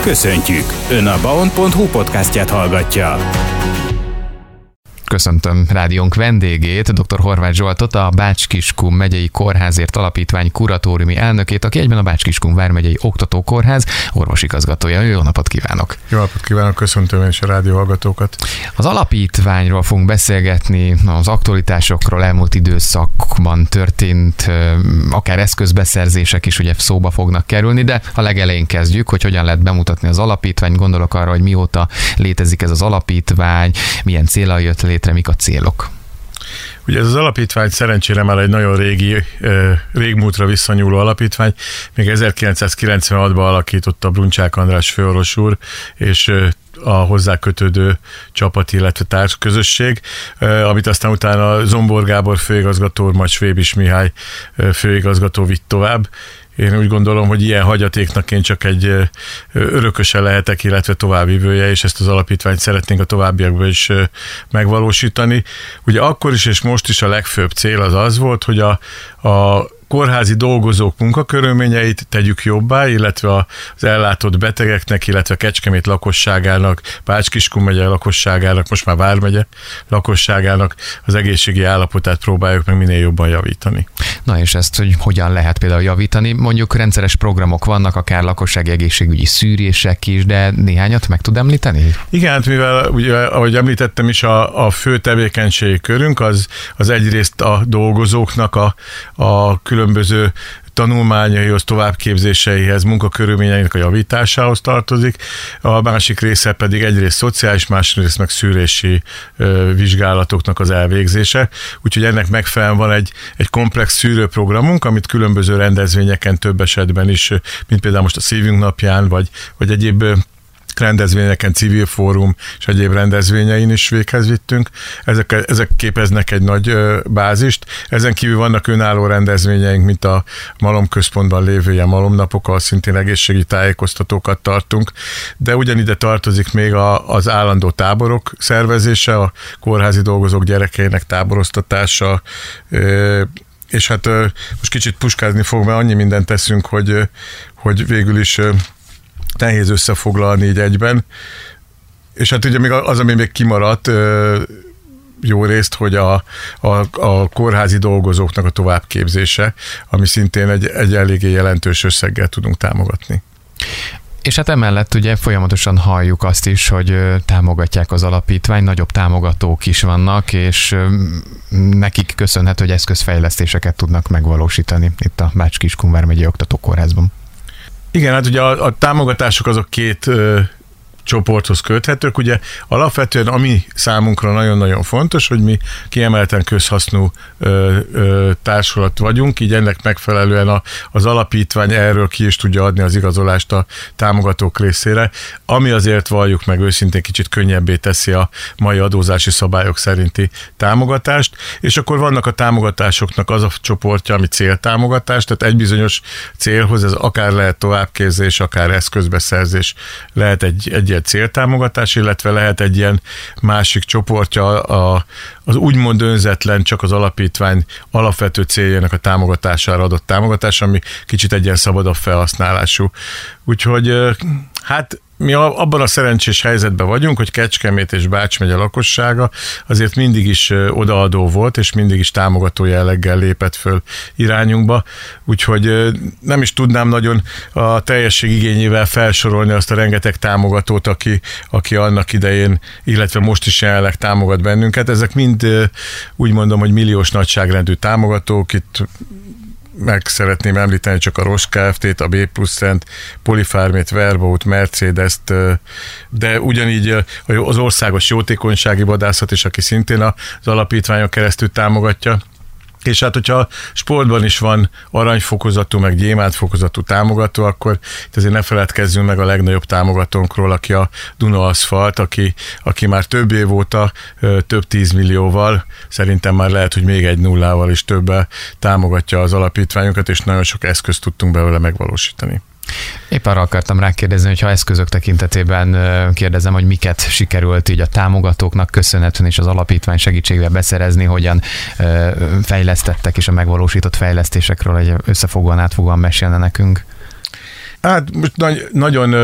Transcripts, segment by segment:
Köszöntjük! Ön a baon.hu podcastját hallgatja. Köszöntöm rádiónk vendégét, dr. Horváth Zsoltot, a Bács-Kiskun megyei kórházért alapítvány kuratóriumi elnökét, aki egyben a Bács-Kiskun vármegyei oktatókórház orvosigazgatója. Jó napot kívánok! Jó napot kívánok, köszöntöm én is a rádió hallgatókat. Az alapítványról fogunk beszélgetni, az aktualitásokról, elmúlt időszakban történt, akár eszközbeszerzések is ugye szóba fognak kerülni, de a legelején kezdjük, hogy hogyan lehet bemutatni az alapítványt. Gondolok arra, hogy mióta létezik ez az alapítvány, milyen céllal jött létre, mik a célok? Ugye ez az alapítvány szerencsére már egy nagyon régmúltra visszanyúló alapítvány. Még 1996-ban alakította Bruncsák András főorvos úr, és a hozzá kötődő csapat, illetve társközösség, amit aztán utána Zombor Gábor főigazgató, majd Svébis Mihály főigazgató vitt tovább. Én úgy gondolom, hogy ilyen hagyatéknak én csak egy örököse lehetek, illetve továbbvivője, és ezt az alapítványt szeretnénk a továbbiakban is megvalósítani. Ugye akkor is és most is a legfőbb cél az volt, hogy a kórházi dolgozók munkakörülményeit tegyük jobbá, illetve az ellátott betegeknek, illetve Kecskemét lakosságának, Bács-Kiskun megye lakosságának, most már Vármegye lakosságának az egészségi állapotát próbáljuk meg minél jobban javítani. Na és ezt, hogy hogyan lehet például javítani? Mondjuk rendszeres programok vannak, akár lakossági egészségügyi szűrések is, de néhányat meg tud említeni? Igen, hát mivel, ugye, ahogy említettem is, a fő tevékenységi körünk az egyrészt a dolgozóknak a különböző tanulmányaihoz, továbbképzéseihez, munkakörülményeinek a javításához tartozik, a másik része pedig egyrészt szociális, másrészt meg szűrési vizsgálatoknak az elvégzése. Úgyhogy ennek megfelelően van egy komplex szűrőprogramunk, amit különböző rendezvényeken több esetben is, mint például most a Szívünk napján, vagy egyéb rendezvényeken, civil fórum és egyéb rendezvényein is véghez vittünk. Ezek képeznek egy nagy bázist. Ezen kívül vannak önálló rendezvényeink, mint a malomközpontban lévő ilyen malomnapok, ahol szintén egészségi tájékoztatókat tartunk, de ugyanide tartozik még az állandó táborok szervezése, a kórházi dolgozók gyerekeinek táboroztatása, és hát most kicsit puskázni fog, mert annyi mindent teszünk, hogy végül is nehéz összefoglalni így egyben. És hát ugye még az, ami még kimaradt jó részt, hogy a kórházi dolgozóknak a továbbképzése, ami szintén egy eléggé jelentős összeggel tudunk támogatni. És hát emellett ugye folyamatosan halljuk azt is, hogy támogatják az alapítvány, nagyobb támogatók is vannak, és nekik köszönhető, hogy eszközfejlesztéseket tudnak megvalósítani itt a Bács-Kiskun vármegyei oktatókórházban. Igen, hát ugye a támogatások azok két csoporthoz köthetők. Ugye alapvetően ami számunkra nagyon-nagyon fontos, hogy mi kiemelten közhasznú társulat vagyunk, így ennek megfelelően az alapítvány erről ki is tudja adni az igazolást a támogatók részére, ami azért valljuk meg őszintén kicsit könnyebbé teszi a mai adózási szabályok szerinti támogatást, és akkor vannak a támogatásoknak az a csoportja, ami céltámogatás, tehát egy bizonyos célhoz, ez akár lehet továbbképzés, akár eszközbeszerzés, lehet egy ilyen céltámogatás, illetve lehet egy ilyen másik csoportja az úgymond önzetlen, csak az alapítvány alapvető céljának a támogatására adott támogatás, ami kicsit egy ilyen szabadabb felhasználású. Úgyhogy hát mi abban a szerencsés helyzetben vagyunk, hogy Kecskemét és Bács megye lakossága azért mindig is odaadó volt, és mindig is támogató jelleggel lépett föl irányunkba, úgyhogy nem is tudnám nagyon a teljesség igényével felsorolni azt a rengeteg támogatót, aki annak idején, illetve most is jelenleg támogat bennünket. Ezek mind úgy mondom, hogy milliós nagyságrendű támogatók. Itt meg szeretném említeni csak a Ross Kft-t, a B+-Cent, Polifarmét, Verbaut, Mercedes-t, de ugyanígy az Országos Jótékonysági Vadászat is, aki szintén az alapítványon keresztül támogatja. És hát, hogyha sportban is van aranyfokozatú, meg gyémántfokozatú támogató, akkor itt azért ne feledkezzünk meg a legnagyobb támogatónkról, aki a Duna Aszfalt, aki már több év óta több 10 millióval, szerintem már lehet, hogy még egy nullával is többel támogatja az alapítványunkat, és nagyon sok eszközt tudtunk belőle megvalósítani. Épp arra akartam rákérdezni, hogy ha eszközök tekintetében kérdezem, hogy miket sikerült így a támogatóknak köszönhetően és az alapítvány segítségével beszerezni, hogyan fejlesztettek és a megvalósított fejlesztésekről, hogy összefogóan átfogóan mesélne nekünk. Hát most nagyon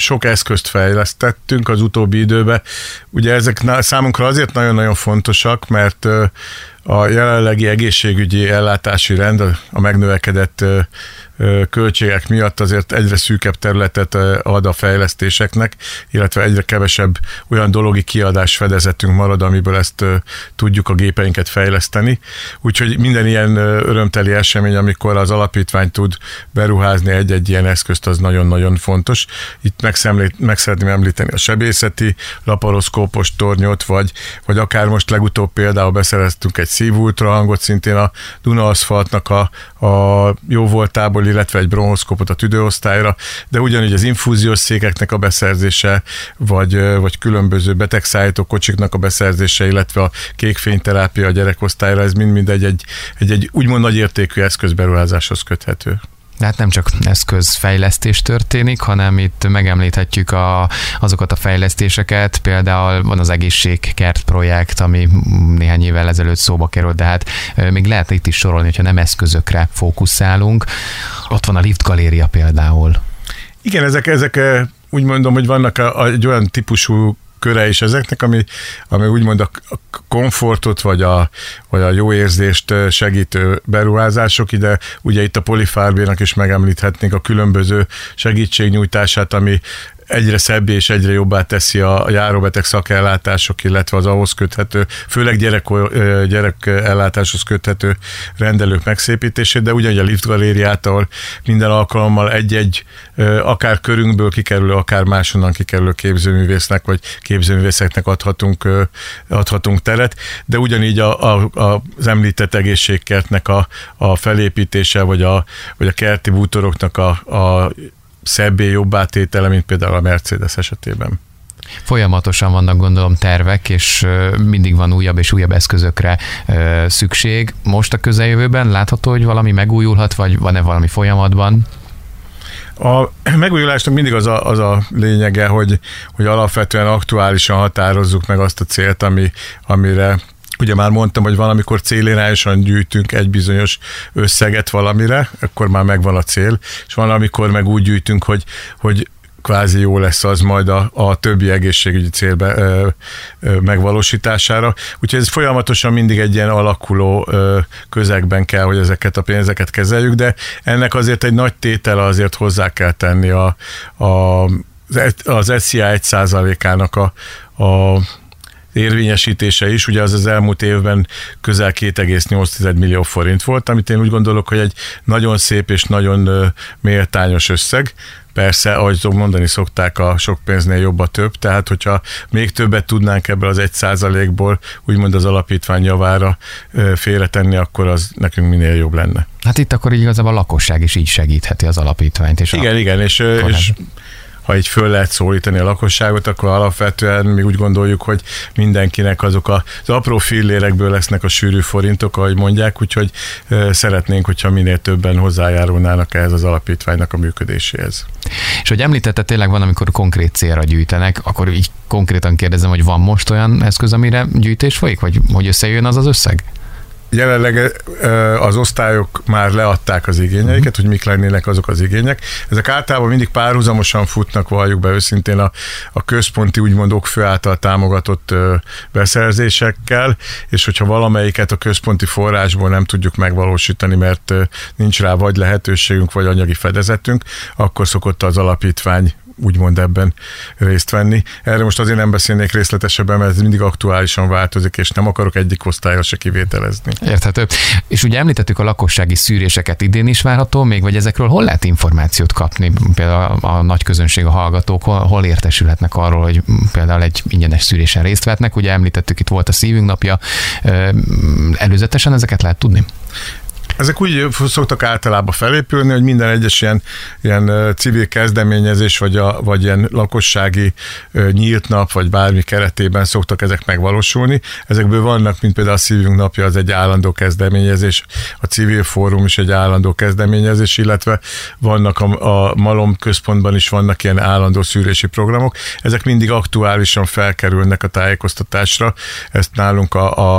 sok eszközt fejlesztettünk az utóbbi időben. Ugye ezek számunkra azért nagyon-nagyon fontosak, mert a jelenlegi egészségügyi ellátási rend a megnövekedett költségek miatt azért egyre szűkebb területet ad a fejlesztéseknek, illetve egyre kevesebb olyan dologi kiadás fedezetünk marad, amiből ezt tudjuk a gépeinket fejleszteni. Úgyhogy minden ilyen örömteli esemény, amikor az alapítvány tud beruházni egy-egy ilyen eszközt, az nagyon-nagyon fontos. Itt meg szeretném említeni a sebészeti laparoszkópos tornyot, vagy akár most legutóbb például beszereztünk egy szívultrahangot, szintén a Duna Aszfaltnak a jóvoltából, illetve egy bronchoszkópot a tüdőosztályra, de ugyanígy az infúziós székeknek a beszerzése, vagy különböző betegszállító kocsiknak a beszerzése, illetve a kékfényterápia a gyerekosztályra, ez mind egy úgymond nagy értékű eszközberuházáshoz köthető. De hát nem csak eszközfejlesztés történik, hanem itt megemlíthetjük azokat a fejlesztéseket, például van az egészségkert projekt, ami néhány évvel ezelőtt szóba került, de hát még lehet itt is sorolni, hogyha nem eszközökre fókuszálunk. Ott van a Lift Galéria például. Igen, ezek úgy mondom, hogy vannak egy olyan típusú köre is ezeknek, ami úgymond a komfortot vagy a jó érzést segítő beruházások. Ide ugye itt a Polyfarbénak is megemlíthetnénk a különböző segítségnyújtását, ami egyre szebbé és egyre jobbá teszi a járóbeteg szakellátások, illetve az ahhoz köthető, főleg gyerekellátáshoz köthető rendelők megszépítését, de ugyanígy a Lift Galériától minden alkalommal egy-egy akár körünkből kikerülő, akár máshonnan kikerülő képzőművésznek vagy képzőművészeknek adhatunk teret, de ugyanígy az említett egészségkertnek a felépítése, vagy a kerti bútoroknak a szebbé, jobbá tétele, mint például a Mercedes esetében. Folyamatosan vannak, gondolom, tervek, és mindig van újabb és újabb eszközökre szükség. Most a közeljövőben látható, hogy valami megújulhat, vagy van-e valami folyamatban? A megújulásnak mindig az a lényege, hogy alapvetően aktuálisan határozzuk meg azt a célt, amire ugye már mondtam, hogy valamikor célirányosan gyűjtünk egy bizonyos összeget valamire, akkor már megvan a cél, és van, amikor meg úgy gyűjtünk, hogy kvázi jó lesz az majd a többi egészségügyi cél megvalósítására. Úgyhogy ez folyamatosan mindig egy ilyen alakuló közegben kell, hogy ezeket a pénzeket kezeljük, de ennek azért egy nagy tétele azért hozzá kell tenni az SZIA 1%-ának a érvényesítése is, ugye az elmúlt évben közel 2,8 millió forint volt, amit én úgy gondolok, hogy egy nagyon szép és nagyon méltányos összeg. Persze, ahogy mondani szokták, a sok pénznél jobb a több, tehát hogyha még többet tudnánk ebből az 1%-ból úgymond az alapítvány javára félretenni, akkor az nekünk minél jobb lenne. Hát itt akkor igazából a lakosság is így segítheti az alapítványt. És igen, és ha így föl lehet szólítani a lakosságot, akkor alapvetően mi úgy gondoljuk, hogy mindenkinek azok az apró fillérekből lesznek a sűrű forintok, ahogy mondják, úgyhogy szeretnénk, hogyha minél többen hozzájárulnának ehhez az alapítványnak a működéséhez. És hogy említette, tényleg van, amikor konkrét célra gyűjtenek, akkor így konkrétan kérdezem, hogy van most olyan eszköz, amire gyűjtés folyik, vagy hogy összejön az összeg? Jelenleg az osztályok már leadták az igényeiket, hogy mik lennének azok az igények. Ezek általában mindig párhuzamosan futnak, valljuk be őszintén a központi úgymond okfő által támogatott beszerzésekkel, és hogyha valamelyiket a központi forrásból nem tudjuk megvalósítani, mert nincs rá vagy lehetőségünk, vagy anyagi fedezetünk, akkor szokott az alapítvány úgymond ebben részt venni. Erre most azért nem beszélnék részletesebben, mert ez mindig aktuálisan változik, és nem akarok egyik osztályra se kivételezni. Érthető. És ugye említettük a lakossági szűréseket, idén is várható még, vagy ezekről hol lehet információt kapni? Például a nagy közönség, a hallgatók hol értesülhetnek arról, hogy például egy ingyenes szűrésen részt vehetnek? Ugye említettük, itt volt a Szívünk napja. Előzetesen ezeket lehet tudni? Ezek úgy szoktak általában felépülni, hogy minden egyes ilyen civil kezdeményezés, vagy ilyen lakossági nyílt nap, vagy bármi keretében szoktak ezek megvalósulni. Ezekből vannak, mint például a Szívünk napja, az egy állandó kezdeményezés, a Civil Fórum is egy állandó kezdeményezés, illetve vannak a Malom központban is vannak ilyen állandó szűrési programok. Ezek mindig aktuálisan felkerülnek a tájékoztatásra. Ezt nálunk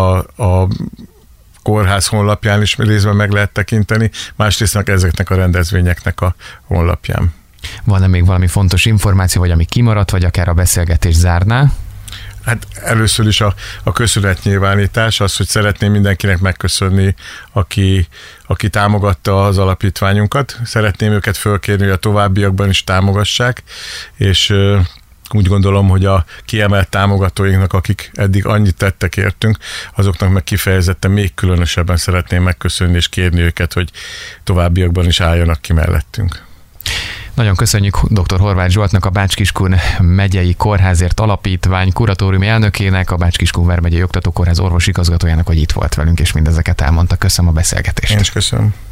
a kórház honlapján is részben meg lehet tekinteni, másrészt ezeknek a rendezvényeknek a honlapján. Van-e még valami fontos információ, vagy ami kimaradt, vagy akár a beszélgetés zárná? Hát először is a köszönetnyilvánítás, az, hogy szeretném mindenkinek megköszönni, aki támogatta az alapítványunkat. Szeretném őket fölkérni, hogy a továbbiakban is támogassák, és úgy gondolom, hogy a kiemelt támogatóinknak, akik eddig annyit tettek értünk, azoknak meg kifejezetten még különösebben szeretném megköszönni és kérni őket, hogy továbbiakban is álljanak ki mellettünk. Nagyon köszönjük dr. Horváth Zsoltnak, a Bács-Kiskun megyei kórházért alapítvány kuratóriumi elnökének, a Bács-Kiskun vármegyei oktatókórház orvosigazgatójának, hogy itt volt velünk, és mindezeket elmondta. Köszönöm a beszélgetést. Én is köszönöm.